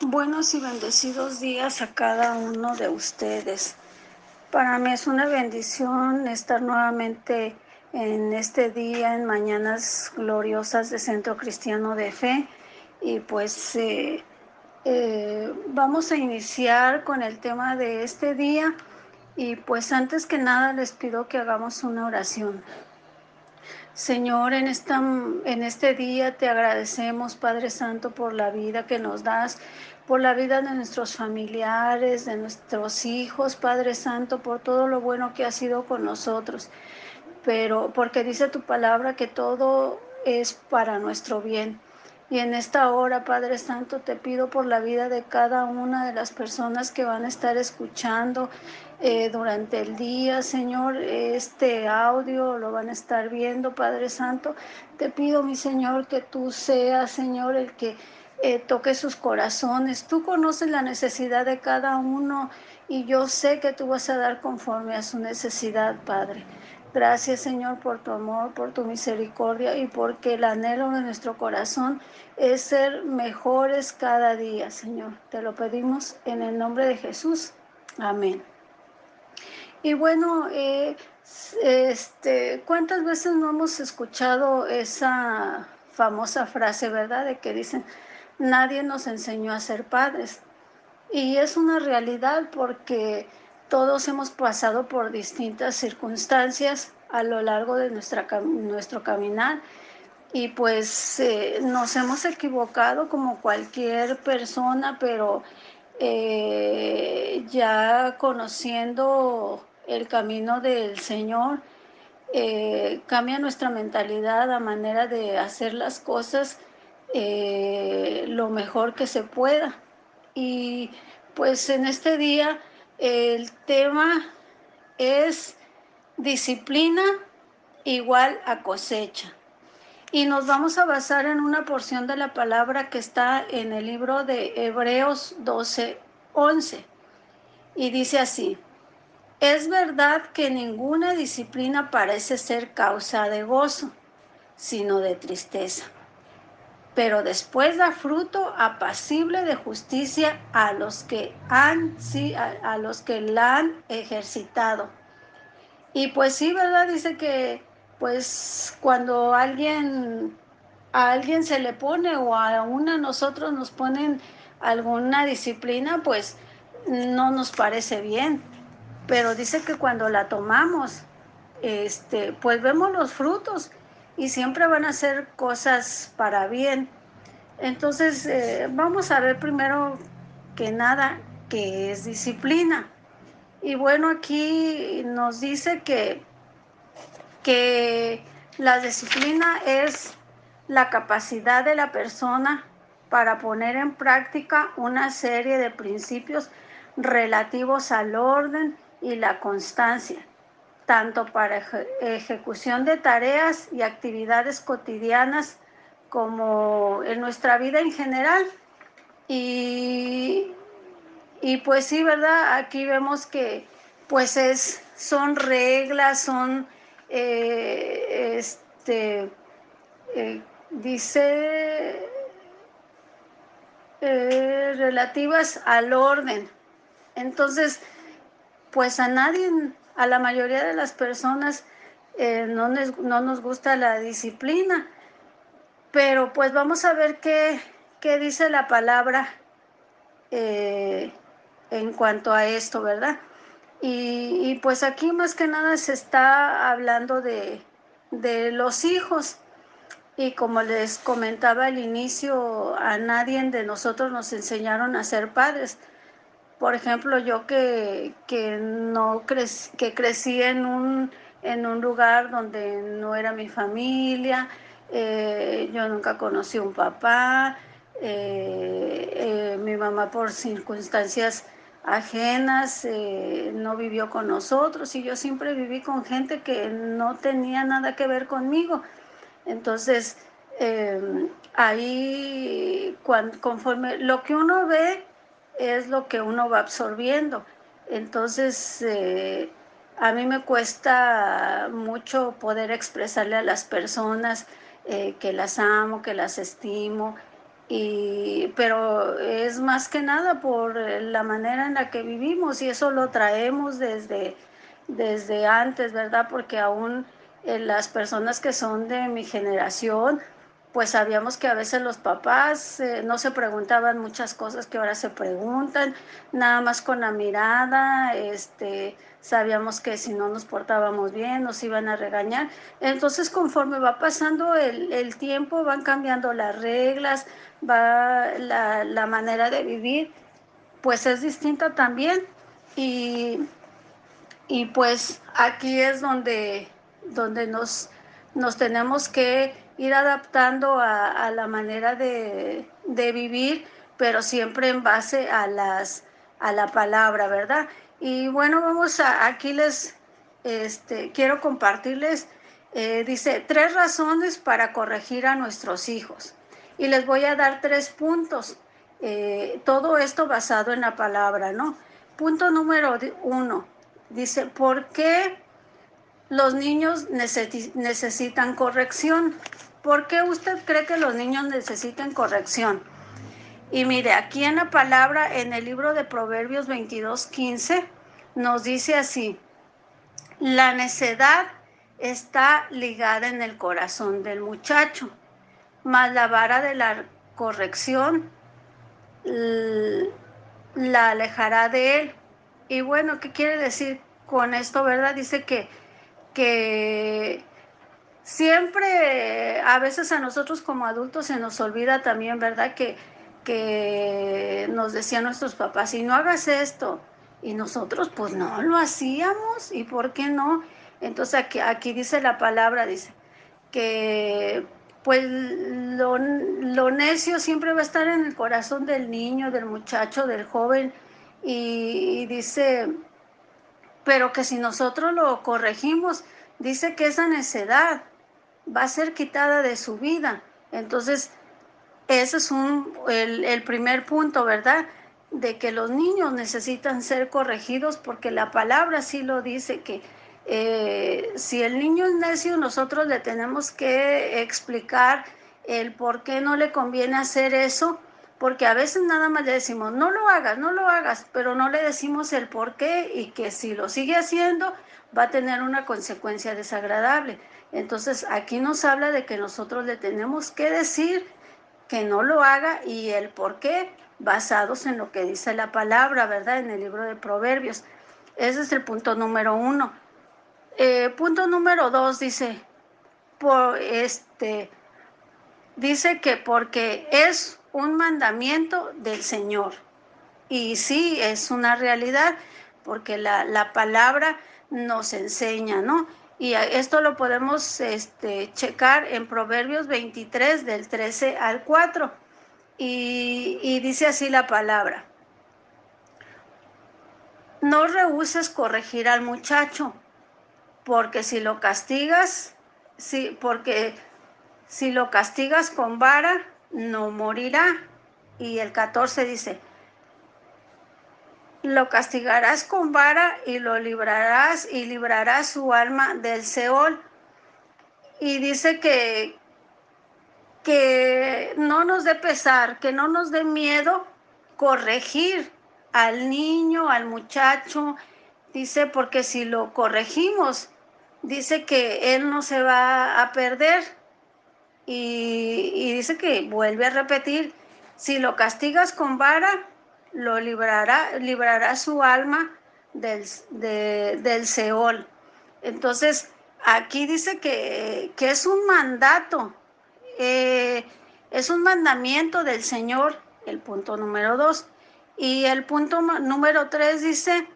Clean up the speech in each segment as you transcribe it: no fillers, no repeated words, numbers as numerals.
Buenos y bendecidos días a cada uno de ustedes. Para mí es una bendición estar nuevamente en este día, en Mañanas Gloriosas de Centro Cristiano de Fe. Y pues vamos a iniciar con el tema de este día. Y pues antes que nada les pido que hagamos una oración. Señor, en este día te agradecemos, Padre Santo, por la vida que nos das, por la vida de nuestros familiares, de nuestros hijos, Padre Santo, por todo lo bueno que has sido con nosotros. Pero porque dice tu palabra que todo es para nuestro bien. Y en esta hora, Padre Santo, te pido por la vida de cada una de las personas que van a estar escuchando durante el día, Señor, este audio lo van a estar viendo, Padre Santo. Te pido, mi Señor, que tú seas, Señor, el que toque sus corazones. Tú conoces la necesidad de cada uno y yo sé que tú vas a dar conforme a su necesidad, Padre. Gracias, Señor, por tu amor, por tu misericordia y porque el anhelo de nuestro corazón es ser mejores cada día, Señor. Te lo pedimos en el nombre de Jesús. Amén. Y bueno, ¿cuántas veces no hemos escuchado esa famosa frase, verdad? De que dicen, nadie nos enseñó a ser padres. Y es una realidad porque todos hemos pasado por distintas circunstancias a lo largo de nuestro caminar y pues nos hemos equivocado como cualquier persona, pero ya conociendo el camino del Señor, cambia nuestra mentalidad, la manera de hacer las cosas lo mejor que se pueda. Y pues en este día el tema es disciplina igual a cosecha. Y nos vamos a basar en una porción de la palabra que está en el libro de Hebreos 12:11. Y dice así: es verdad que ninguna disciplina parece ser causa de gozo, sino de tristeza, pero después da fruto apacible de justicia a los que a los que la han ejercitado. Y pues sí, ¿verdad? Dice que pues cuando a alguien se le pone o a una nosotros nos ponen alguna disciplina, pues no nos parece bien. Pero dice que cuando la tomamos, pues vemos los frutos y siempre van a ser cosas para bien. Entonces, vamos a ver primero que nada qué es disciplina. Y bueno, aquí nos dice que la disciplina es la capacidad de la persona para poner en práctica una serie de principios relativos al orden y la constancia, tanto para ejecución de tareas y actividades cotidianas como en nuestra vida en general. Y, y pues sí, ¿verdad? Aquí vemos que pues son reglas, son, eh, este, dice, relativas al orden. Entonces, pues a nadie, a la mayoría de las personas no nos gusta la disciplina, pero pues vamos a ver qué dice la palabra eh, en cuanto a esto, ¿verdad? Y pues aquí más que nada se está hablando de los hijos. Y como les comentaba al inicio, a nadie de nosotros nos enseñaron a ser padres. Por ejemplo, yo que no que crecí en un lugar donde no era mi familia, yo nunca conocí un papá, mi mamá por circunstancias ajenas no vivió con nosotros y yo siempre viví con gente que no tenía nada que ver conmigo. Entonces, ahí conforme lo que uno ve es lo que uno va absorbiendo. Entonces, a mí me cuesta mucho poder expresarle a las personas que las amo, que las estimo, pero es más que nada por la manera en la que vivimos y eso lo traemos desde antes, ¿verdad? Porque aún las personas que son de mi generación, pues sabíamos que a veces los papás no se preguntaban muchas cosas que ahora se preguntan, nada más con la mirada, sabíamos que si no nos portábamos bien nos iban a regañar. Entonces, conforme va pasando el tiempo, van cambiando las reglas, va la manera de vivir, pues es distinta también. Y, y pues aquí es donde nos tenemos que ir adaptando a la manera de vivir, pero siempre en base a la palabra, ¿verdad? Y bueno, aquí quiero compartirles, dice, 3 razones para corregir a nuestros hijos. Y les voy a dar 3 puntos. Todo esto basado en la palabra, ¿no? Punto número 1. Dice, ¿por qué los niños necesitan corrección? ¿Por qué usted cree que los niños necesitan corrección? Y mire, aquí en la palabra, en el libro de Proverbios 22:15, nos dice así, la necedad está ligada en el corazón del muchacho, mas la vara de la corrección la alejará de él. Y bueno, ¿qué quiere decir con esto, verdad? Dice que siempre, a veces a nosotros como adultos se nos olvida también, ¿verdad? Que nos decían nuestros papás, y no hagas esto. Y nosotros pues no lo hacíamos. ¿Y por qué no? Entonces aquí dice la palabra, dice que pues lo necio siempre va a estar en el corazón del niño, del muchacho, del joven. Y dice, pero que si nosotros lo corregimos, dice que esa necedad va a ser quitada de su vida. Entonces, ese es el primer punto, ¿verdad? De que los niños necesitan ser corregidos porque la palabra sí lo dice, que si el niño es necio, nosotros le tenemos que explicar el por qué no le conviene hacer eso, porque a veces nada más le decimos, no lo hagas, no lo hagas, pero no le decimos el por qué y que si lo sigue haciendo va a tener una consecuencia desagradable. Entonces, aquí nos habla de que nosotros le tenemos que decir que no lo haga y el por qué, basados en lo que dice la palabra, ¿verdad? En el libro de Proverbios. Ese es el punto número 1. Punto número 2 dice, por, dice que porque es un mandamiento del Señor. Y sí, es una realidad, porque la palabra nos enseña, ¿no? Y esto lo podemos checar en Proverbios 23, del 13 al 4. Y dice así la palabra, no rehúses corregir al muchacho, porque porque si lo castigas con vara, no morirá. Y el 14 dice, lo castigarás con vara y lo librarás y librarás su alma del Seol. Y dice que no nos dé pesar, que no nos dé miedo corregir al niño, al muchacho. Dice, porque si lo corregimos, dice que él no se va a perder. Y dice que vuelve a repetir, si lo castigas con vara, librará su alma del Seol. Entonces, aquí dice que es un mandato, eh, es un mandamiento del Señor, el punto número 2. Y el punto número 3 dice,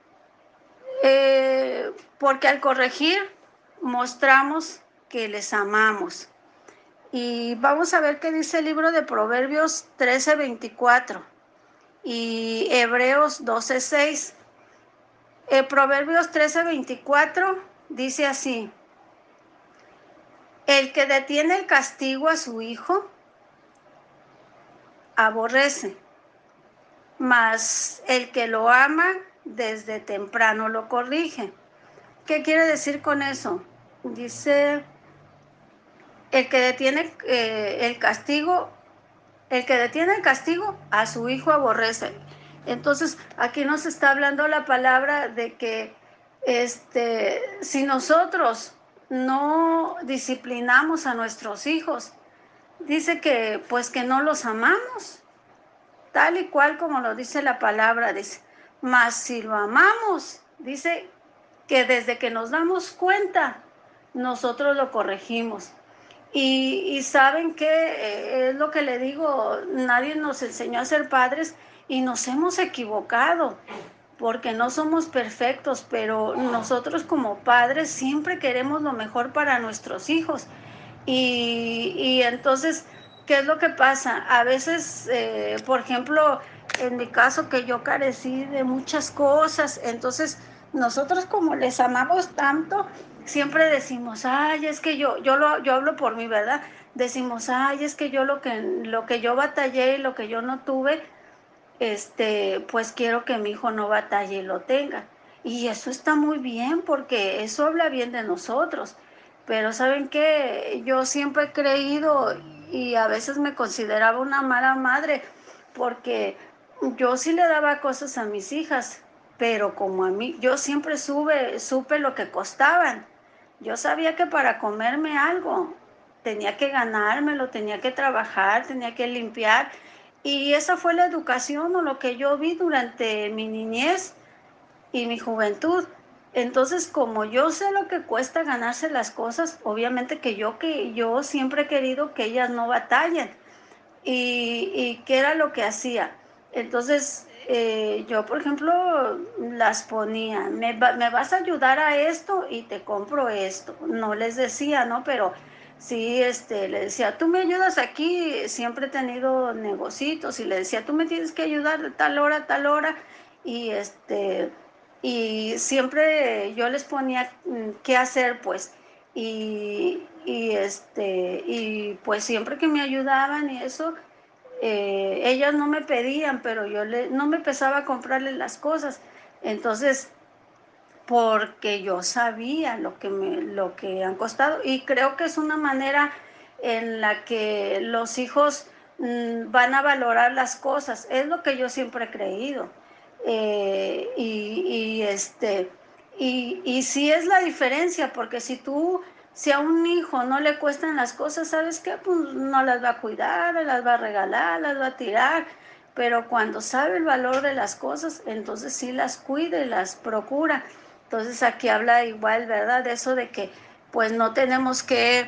porque al corregir mostramos que les amamos. Y vamos a ver qué dice el libro de Proverbios 13:24 y Hebreos 12:6. Proverbios 13:24 dice así, el que detiene el castigo a su hijo aborrece, mas el que lo ama desde temprano lo corrige. ¿Qué quiere decir con eso? Dice, el que detiene el castigo el que detiene el castigo, a su hijo aborrece. Entonces, aquí nos está hablando la palabra de que si nosotros no disciplinamos a nuestros hijos, dice que pues que no los amamos, tal y cual como lo dice la palabra, dice, mas si lo amamos, dice que desde que nos damos cuenta, nosotros lo corregimos. Y saben que es lo que le digo, nadie nos enseñó a ser padres y nos hemos equivocado porque no somos perfectos, pero nosotros como padres siempre queremos lo mejor para nuestros hijos. Y entonces, ¿qué es lo que pasa? A veces, por ejemplo, en mi caso que yo carecí de muchas cosas, entonces nosotros como les amamos tanto, siempre decimos, ay, es que yo hablo por mí, ¿verdad? Decimos, ay, es que yo lo que yo batallé y lo que yo no tuve, pues quiero que mi hijo no batalle y lo tenga. Y eso está muy bien porque eso habla bien de nosotros. Pero ¿saben qué? Yo siempre he creído y a veces me consideraba una mala madre porque yo sí le daba cosas a mis hijas, pero como a mí, yo siempre supe lo que costaban. Yo sabía que para comerme algo tenía que ganármelo, tenía que trabajar, tenía que limpiar y esa fue la educación o lo que yo vi durante mi niñez y mi juventud. Entonces, como yo sé lo que cuesta ganarse las cosas, obviamente que yo siempre he querido que ellas no batallen. ¿Y qué era lo que hacía? Entonces, yo, por ejemplo, las ponía, me vas a ayudar a esto y te compro esto. No les decía, ¿no? Pero sí, le decía, tú me ayudas aquí, siempre he tenido negocios y le decía, tú me tienes que ayudar de tal hora, y y siempre yo les ponía qué hacer, pues, y pues siempre que me ayudaban y eso, ellas no me pedían, pero no me pesaba comprarles las cosas. Entonces, porque yo sabía lo que han costado y creo que es una manera en la que los hijos van a valorar las cosas. Es lo que yo siempre he creído. Eh, y, y, este, y sí es la diferencia, porque si a un hijo no le cuestan las cosas, ¿sabes qué? Pues no las va a cuidar, las va a regalar, las va a tirar, pero cuando sabe el valor de las cosas, entonces sí las cuida y las procura. Entonces aquí habla igual, ¿verdad? De eso de que pues no tenemos que,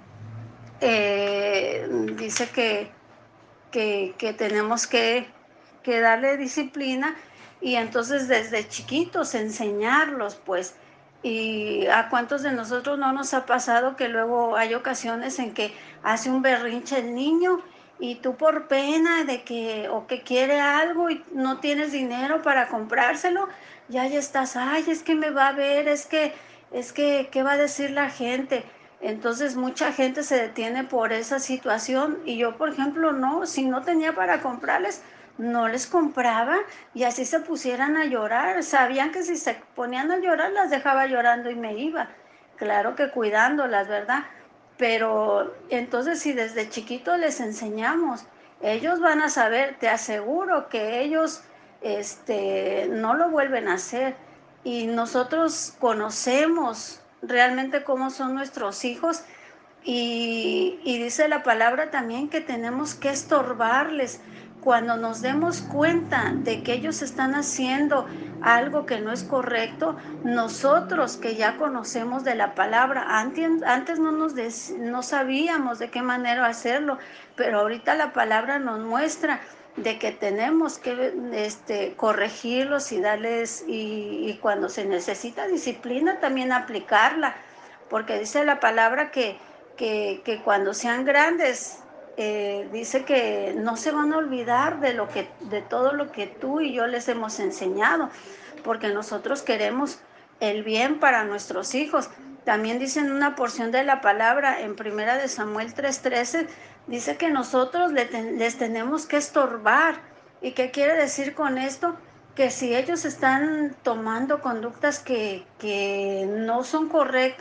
dice que tenemos que darle disciplina y entonces desde chiquitos enseñarlos, pues. Y a cuántos de nosotros no nos ha pasado que luego hay ocasiones en que hace un berrinche el niño y tú por pena de que o que quiere algo y no tienes dinero para comprárselo, ya estás, ay, es que me va a ver, ¿qué va a decir la gente? Entonces mucha gente se detiene por esa situación y yo, por ejemplo, no, si no tenía para comprarles, no les compraba y así se pusieran a llorar. Sabían que si se ponían a llorar, las dejaba llorando y me iba. Claro que cuidándolas, ¿verdad? Pero entonces si desde chiquito les enseñamos, ellos van a saber, te aseguro que ellos no lo vuelven a hacer y nosotros conocemos realmente cómo son nuestros hijos y dice la palabra también que tenemos que estorbarles. Cuando nos demos cuenta de que ellos están haciendo algo que no es correcto, nosotros que ya conocemos de la palabra, antes no sabíamos de qué manera hacerlo, pero ahorita la palabra nos muestra de que tenemos que corregirlos y darles, y cuando se necesita disciplina también aplicarla, porque dice la palabra que cuando sean grandes, dice que no se van a olvidar de todo lo que tú y yo les hemos enseñado, porque nosotros queremos el bien para nuestros hijos. También dice en una porción de la palabra, en primera de Samuel 3:13, dice que nosotros les tenemos que estorbar. ¿Y qué quiere decir con esto? Que si ellos están tomando conductas que no son correctas,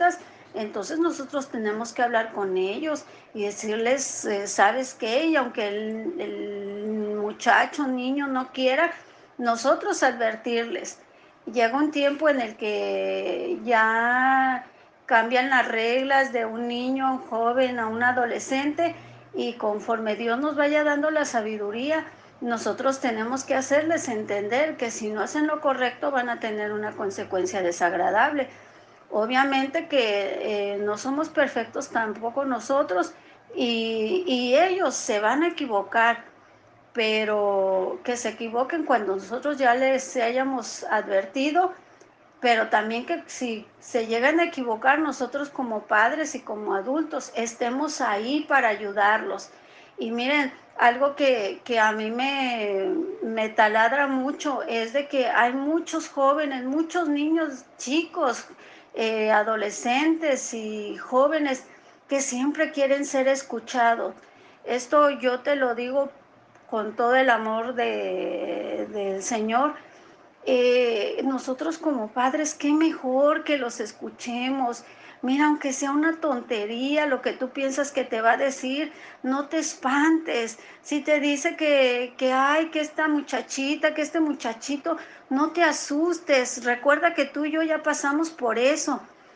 Entonces nosotros tenemos que hablar con ellos y decirles, ¿sabes qué? Y aunque el muchacho, niño no quiera, nosotros advertirles. Llega un tiempo en el que ya cambian las reglas de un niño, a un joven, a un adolescente, y conforme Dios nos vaya dando la sabiduría, nosotros tenemos que hacerles entender que si no hacen lo correcto van a tener una consecuencia desagradable. Obviamente que no somos perfectos tampoco nosotros y ellos se van a equivocar, pero que se equivoquen cuando nosotros ya les hayamos advertido, pero también que si se llegan a equivocar, nosotros como padres y como adultos estemos ahí para ayudarlos. Y miren, algo que a mí me taladra mucho es de que hay muchos jóvenes, muchos niños chicos, adolescentes y jóvenes que siempre quieren ser escuchados. Esto yo te lo digo con todo el amor del Señor. Nosotros como padres, qué mejor que los escuchemos. Mira, aunque sea una tontería lo que tú piensas que te va a decir, no te espantes. Si te dice ay, que esta muchachita, que este muchachito, no te asustes. Recuerda que tú y yo ya pasamos por eso.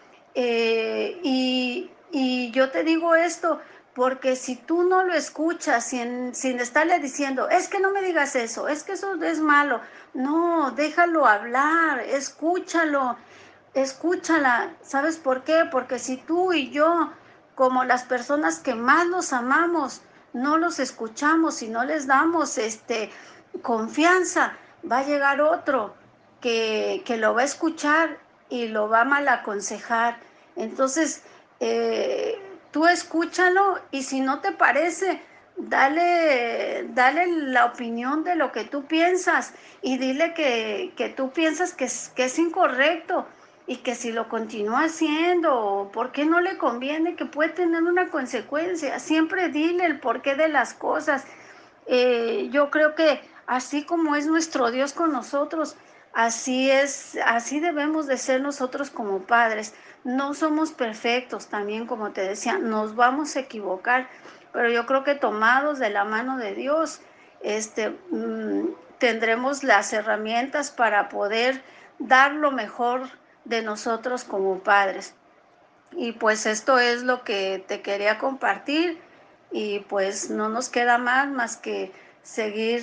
Y yo te digo esto porque si tú no lo escuchas sin estarle diciendo, es que no me digas eso, es que eso es malo, no, déjalo hablar, escúchalo, escúchala. ¿Sabes por qué? Porque si tú y yo, como las personas que más los amamos, no los escuchamos y no les damos confianza, va a llegar otro que lo va a escuchar y lo va a mal aconsejar. Entonces, tú escúchalo y si no te parece, dale la opinión de lo que tú piensas y dile que tú piensas que es incorrecto y que si lo continúa haciendo, ¿por qué no le conviene? Que puede tener una consecuencia. Siempre dile el porqué de las cosas. Yo creo que así como es nuestro Dios con nosotros, así es, así debemos de ser nosotros como padres. No somos perfectos, también como te decía, nos vamos a equivocar, pero yo creo que tomados de la mano de Dios, tendremos las herramientas para poder dar lo mejor de nosotros como padres. Y pues esto es lo que te quería compartir y pues no nos queda más que seguir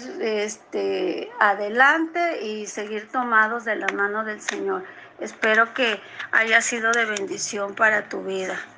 adelante y seguir tomados de la mano del Señor. Espero que haya sido de bendición para tu vida.